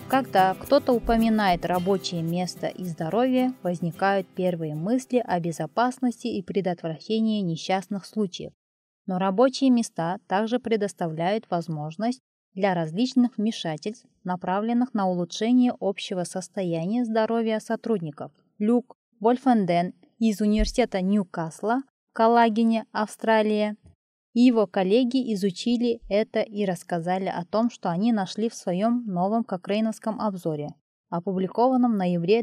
Когда кто-то упоминает рабочее место и здоровье, возникают первые мысли о безопасности и предотвращении несчастных случаев. Но рабочие места также предоставляют возможность для различных вмешательств, направленных на улучшение общего состояния здоровья сотрудников. Люк Вольфенден из Университета Ньюкасла в Калагене, Австралия, и его коллеги изучили это и рассказали о том, что они нашли в своем новом кокрейновском обзоре, опубликованном в ноябре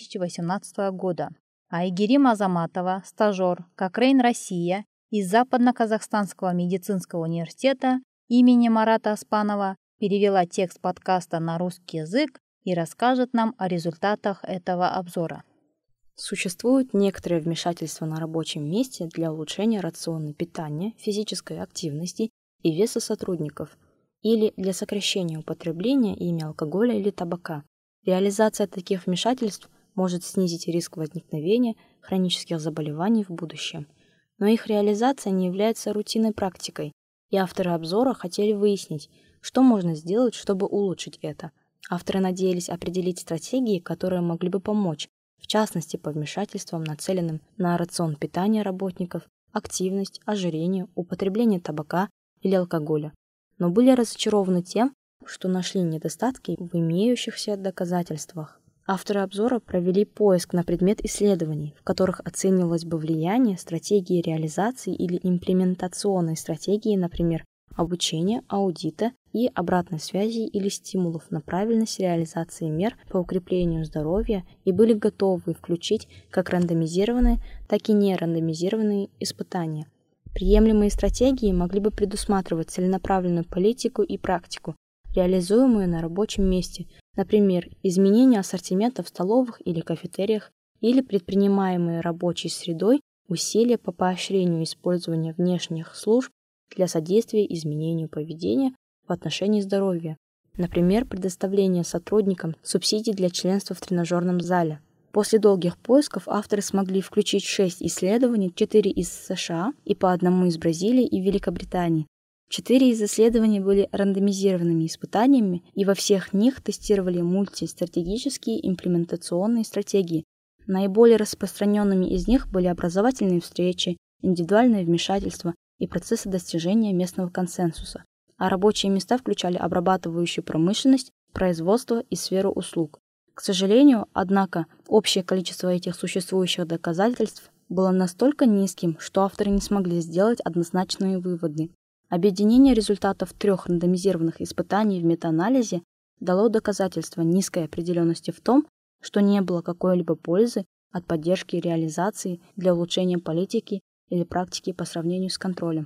2018 года. А Игерим Азаматова, стажер Кокрейн Россия из Западно-Казахстанского медицинского университета имени Марата Оспанова, перевела текст подкаста на русский язык и расскажет нам о результатах этого обзора. Существуют некоторые вмешательства на рабочем месте для улучшения рациона питания, физической активности и веса сотрудников или для сокращения употребления ими алкоголя или табака. Реализация таких вмешательств может снизить риск возникновения хронических заболеваний в будущем. Но их реализация не является рутинной практикой, и авторы обзора хотели выяснить, что можно сделать, чтобы улучшить это. Авторы надеялись определить стратегии, которые могли бы помочь, в частности по вмешательствам, нацеленным на рацион питания работников, активность, ожирение, употребление табака или алкоголя, но были разочарованы тем, что нашли недостатки в имеющихся доказательствах. Авторы обзора провели поиск на предмет исследований, в которых оценивалось бы влияние стратегии реализации или имплементационной стратегии, например, обучения, аудита и обратной связи или стимулов на правильность реализации мер по укреплению здоровья и были готовы включить как рандомизированные, так и нерандомизированные испытания. Приемлемые стратегии могли бы предусматривать целенаправленную политику и практику, реализуемую на рабочем месте, например, изменение ассортимента в столовых или кафетериях или предпринимаемые рабочей средой усилия по поощрению использования внешних служб для содействия изменению поведения в отношении здоровья, например, предоставление сотрудникам субсидий для членства в тренажерном зале. После долгих поисков авторы смогли включить 6 исследований, 4 из США и по одному из Бразилии и Великобритании. 4 из исследований были рандомизированными испытаниями, и во всех них тестировали мультистратегические имплементационные стратегии. Наиболее распространенными из них были образовательные встречи, индивидуальное вмешательство и процессы достижения местного консенсуса, а рабочие места включали обрабатывающую промышленность, производство и сферу услуг. К сожалению, однако, общее количество этих существующих доказательств было настолько низким, что авторы не смогли сделать однозначные выводы. Объединение результатов 3 рандомизированных испытаний в метаанализе дало доказательство низкой определенности в том, что не было какой-либо пользы от поддержки и реализации для улучшения политики или практики по сравнению с контролем.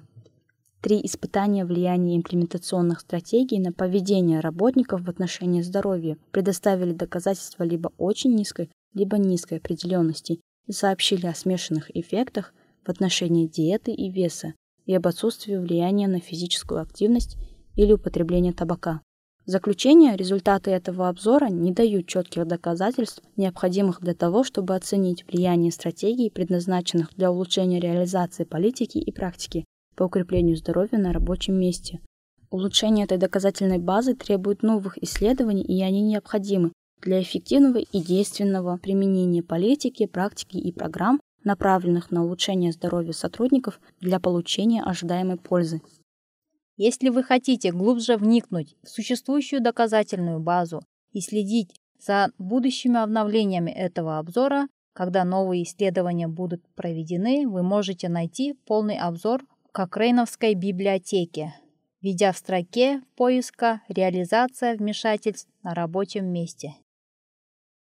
3 испытания влияния имплементационных стратегий на поведение работников в отношении здоровья предоставили доказательства либо очень низкой, либо низкой определенности и сообщили о смешанных эффектах в отношении диеты и веса и об отсутствии влияния на физическую активность или употребление табака. В заключение, результаты этого обзора не дают четких доказательств, необходимых для того, чтобы оценить влияние стратегий, предназначенных для улучшения реализации политики и практики по укреплению здоровья на рабочем месте. Улучшение этой доказательной базы требует новых исследований, и они необходимы для эффективного и действенного применения политики, практики и программ, направленных на улучшение здоровья сотрудников для получения ожидаемой пользы. Если вы хотите глубже вникнуть в существующую доказательную базу и следить за будущими обновлениями этого обзора, когда новые исследования будут проведены, вы можете найти полный обзор в Кокрейновской библиотеке, введя в строке поиска «Реализация вмешательств на рабочем месте».